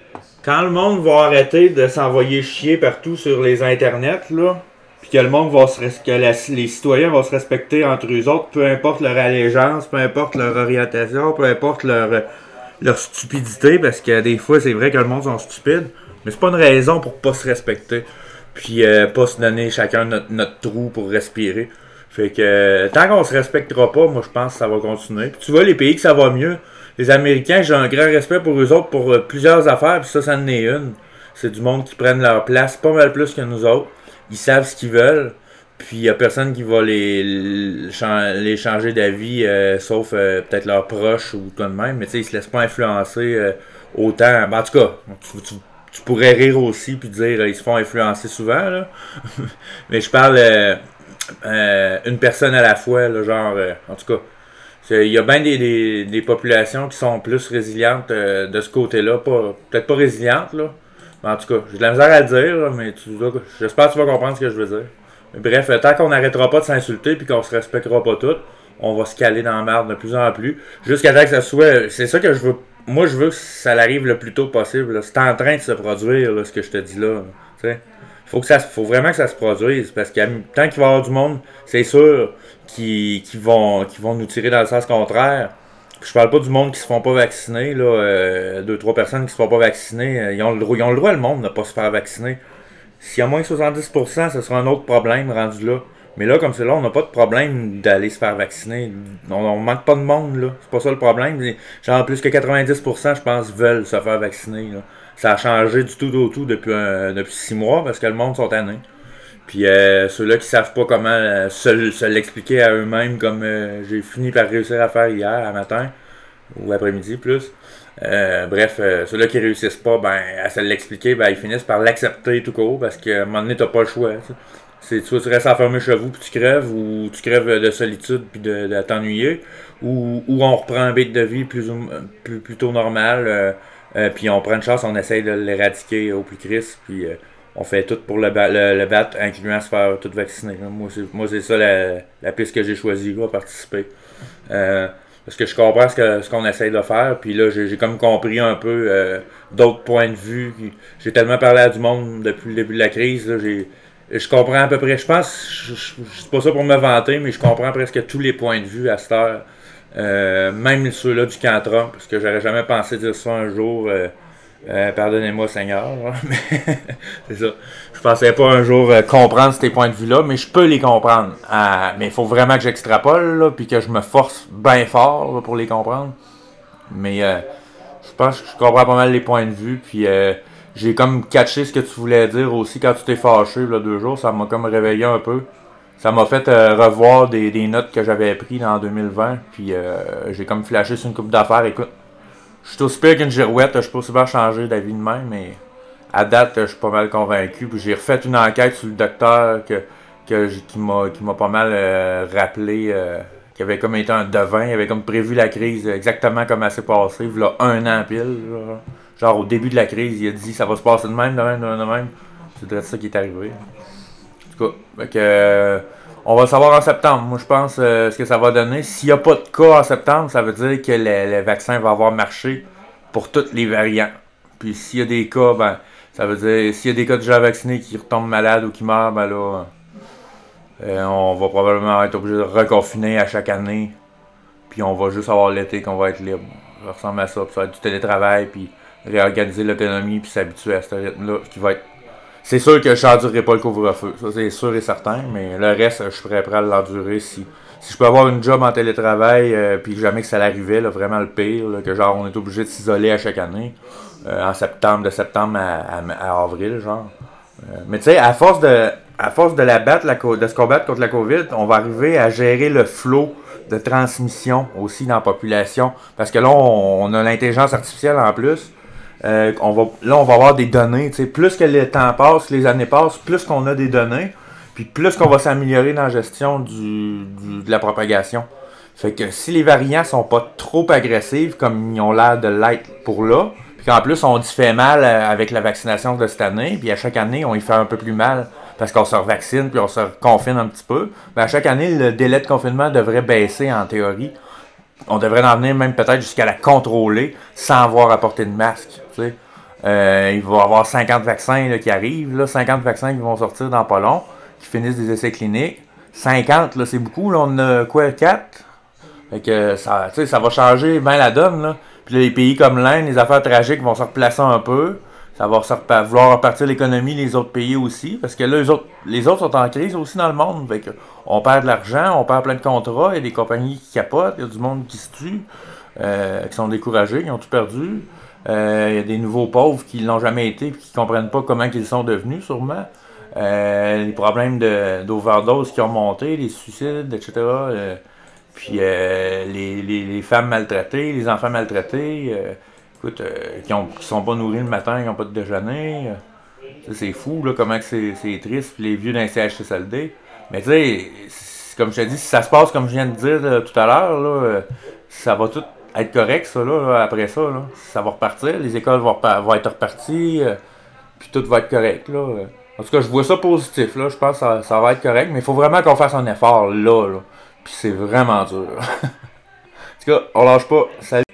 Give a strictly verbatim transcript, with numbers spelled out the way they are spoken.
quand le monde va arrêter de s'envoyer chier partout sur les internets, là, puis que le monde va se res- que la- les citoyens vont se respecter entre eux autres, peu importe leur allégeance, peu importe leur orientation, peu importe leur, leur stupidité, parce que des fois, c'est vrai que le monde sont stupides, mais c'est pas une raison pour pas se respecter. Puis euh, pas se donner chacun notre, notre trou pour respirer. Fait que euh, tant qu'on se respectera pas, moi je pense que ça va continuer. Puis tu vois, les pays que ça va mieux, les Américains, j'ai un grand respect pour eux autres pour euh, plusieurs affaires, puis ça, ça en est une. C'est du monde qui prennent leur place pas mal plus que nous autres. Ils savent ce qu'ils veulent. Puis il y a personne qui va les, les changer d'avis, euh, sauf euh, peut-être leurs proches ou tout de même. Mais tu sais, ils se laissent pas influencer euh, autant. Ben, en tout cas, tu, tu, tu pourrais rire aussi puis dire euh, ils se font influencer souvent. Là. Mais je parle euh, euh, une personne à la fois, là, genre, euh, en tout cas. Il y a bien des, des, des populations qui sont plus résilientes euh, de ce côté-là. Pas, peut-être pas résilientes, là. Mais en tout cas, j'ai de la misère à le dire, là, mais tu, là, j'espère que tu vas comprendre ce que je veux dire. Mais bref, tant qu'on n'arrêtera pas de s'insulter puis qu'on se respectera pas tous, on va se caler dans la merde de plus en plus. Jusqu'à temps que ça soit. C'est ça que je veux. Moi, je veux que ça arrive le plus tôt possible. Là. C'est en train de se produire, là, ce que je te dis là. Tu sais. Faut, que ça, faut vraiment que ça se produise. Parce que tant qu'il va y avoir du monde, c'est sûr qui, qui, vont, qui vont nous tirer dans le sens contraire. Je parle pas du monde qui se font pas vacciner. Là, euh, deux, trois personnes qui se font pas vacciner. Euh, ils, ont le droit, ils ont le droit, le monde, de ne pas se faire vacciner. S'il y a moins que soixante-dix pour cent, ce sera un autre problème rendu là. Mais là, comme c'est là, on n'a pas de problème d'aller se faire vacciner. On, on manque pas de monde, là. C'est pas ça le problème. Genre, plus que quatre-vingt-dix pour cent, je pense, veulent se faire vacciner. Là. Ça a changé du tout au tout depuis, un, depuis six mois parce que le monde sont tannés. Puis euh, ceux-là qui savent pas comment euh, se, se l'expliquer à eux-mêmes, comme euh, j'ai fini par réussir à faire hier, à matin, ou après-midi plus. Euh, bref, euh, ceux-là qui réussissent pas ben, à se l'expliquer, ben, ils finissent par l'accepter tout court, parce qu'à un moment donné, t'as pas le choix. T'sais. C'est soit tu restes enfermé chez vous puis tu crèves, ou tu crèves de solitude puis de, de t'ennuyer, ou, ou on reprend un beat de vie plus, plus plutôt normal, euh, euh, puis on prend une chance, on essaye de l'éradiquer au plus crisse, puis euh, on fait tout pour le, ba- le, le battre, incluant se faire tout vacciner. Moi, c'est, moi, c'est ça la, la piste que j'ai choisie, là, à participer. Euh, parce que je comprends ce, que, ce qu'on essaye de faire, puis là, j'ai, j'ai comme compris un peu euh, d'autres points de vue. J'ai tellement parlé à du monde depuis le début de la crise, là, j'ai, je comprends à peu près, je pense, je, je, je c'est pas ça pour me vanter, mais je comprends presque tous les points de vue à cette heure. Euh, même ceux-là du camp Trump, parce que j'aurais jamais pensé dire ça un jour. Euh, euh, pardonnez-moi, Seigneur. Mais c'est ça. Je pensais pas un jour euh, comprendre ces points de vue-là, mais je peux les comprendre. Euh, mais il faut vraiment que j'extrapole, puis que je me force bien fort là, pour les comprendre. Mais euh, je pense que je comprends pas mal les points de vue, puis euh, j'ai comme catché ce que tu voulais dire aussi quand tu t'es fâché là, deux jours. Ça m'a comme réveillé un peu. Ça m'a fait euh, revoir des, des notes que j'avais prises en deux mille vingt, puis euh, j'ai comme flashé sur une couple d'affaires. Écoute, je suis aussi pire qu'une girouette, je peux aussi bien changer d'avis de même, mais à date, je suis pas mal convaincu. Puis j'ai refait une enquête sur le docteur que, que, qui, m'a, qui m'a pas mal euh, rappelé, euh, qui avait comme été un devin, il avait comme prévu la crise exactement comme elle s'est passée, il y a un an pile. Genre, genre au début de la crise, il a dit ça va se passer de même, de même, de même, de même. C'est peut-être ça qui est arrivé. En tout cas, fait que, euh, on va le savoir en septembre. Moi, je pense euh, ce que ça va donner. S'il n'y a pas de cas en septembre, ça veut dire que le, le vaccin va avoir marché pour tous les variants. Puis s'il y a des cas, ben, ça veut dire s'il y a des cas déjà vaccinés qui retombent malades ou qui meurent, ben là, euh, on va probablement être obligé de reconfiner à chaque année. Puis on va juste avoir l'été qu'on va être libre. Ça ressemble à ça. Puis ça va être du télétravail, puis réorganiser l'autonomie, puis s'habituer à ce rythme-là, qui va être. C'est sûr que je n'endurerai pas le couvre-feu, ça c'est sûr et certain, mais le reste, je serais prêt à l'endurer si, si je peux avoir une job en télétravail, euh, puis jamais que ça l'arrivait, là, vraiment le pire, là, que genre on est obligé de s'isoler à chaque année, euh, en septembre, de septembre à, à, à avril, genre. Euh, mais tu sais, à force de à force de la battre, la, de se combattre contre la COVID, on va arriver à gérer le flot de transmission aussi dans la population, parce que là, on, on a l'intelligence artificielle en plus. Euh, on va, là, on va avoir des données. T'sais, plus que le temps passe, les années passent, plus qu'on a des données, puis plus qu'on va s'améliorer dans la gestion du, du, de la propagation. Fait que si les variants sont pas trop agressifs, comme ils ont l'air de l'être pour là, puis qu'en plus on dit fait mal avec la vaccination de cette année, puis à chaque année on y fait un peu plus mal parce qu'on se revaccine puis on se confine un petit peu, ben à chaque année le délai de confinement devrait baisser en théorie. On devrait en venir même peut-être jusqu'à la contrôler sans avoir à porter de masque. T'sais. Euh, il va y avoir cinquante vaccins là, qui arrivent, là, cinquante vaccins qui vont sortir dans pas long, qui finissent des essais cliniques. cinquante, là, c'est beaucoup, là, on en a quoi, quatre? Fait que ça, ça va changer bien la donne, là. Puis là, les pays comme l'Inde, les affaires tragiques vont se replacer un peu. Ça va se vouloir repartir l'économie, les autres pays aussi. Parce que là, les autres, les autres sont en crise aussi dans le monde. Fait que on perd de l'argent, on perd plein de contrats, il y a des compagnies qui capotent, il y a du monde qui se tue, euh, qui sont découragés, qui ont tout perdu. Euh, il y a des nouveaux pauvres qui l'ont jamais été et qui comprennent pas comment ils sont devenus, sûrement. Euh, les problèmes de, d'overdose qui ont monté, les suicides, et cetera. Euh, puis euh, les, les, les femmes maltraitées, les enfants maltraités, euh, écoute, euh, qui, ont, qui sont pas nourris le matin, qui n'ont pas de déjeuner. Euh, c'est fou, là, comment que c'est, c'est triste. Puis les vieux d'un C H C L D. Mais tu sais, comme je te dis, si ça se passe comme je viens de dire là, tout à l'heure, là, euh, ça va tout être correct, ça, là, là, après ça. Là. Ça va repartir, les écoles vont, repar- vont être reparties, euh, puis tout va être correct. Là. En tout cas, je vois ça positif. Là. Je pense que ça, ça va être correct, mais il faut vraiment qu'on fasse un effort là. là. Puis c'est vraiment dur. En tout cas, on lâche pas. Salut.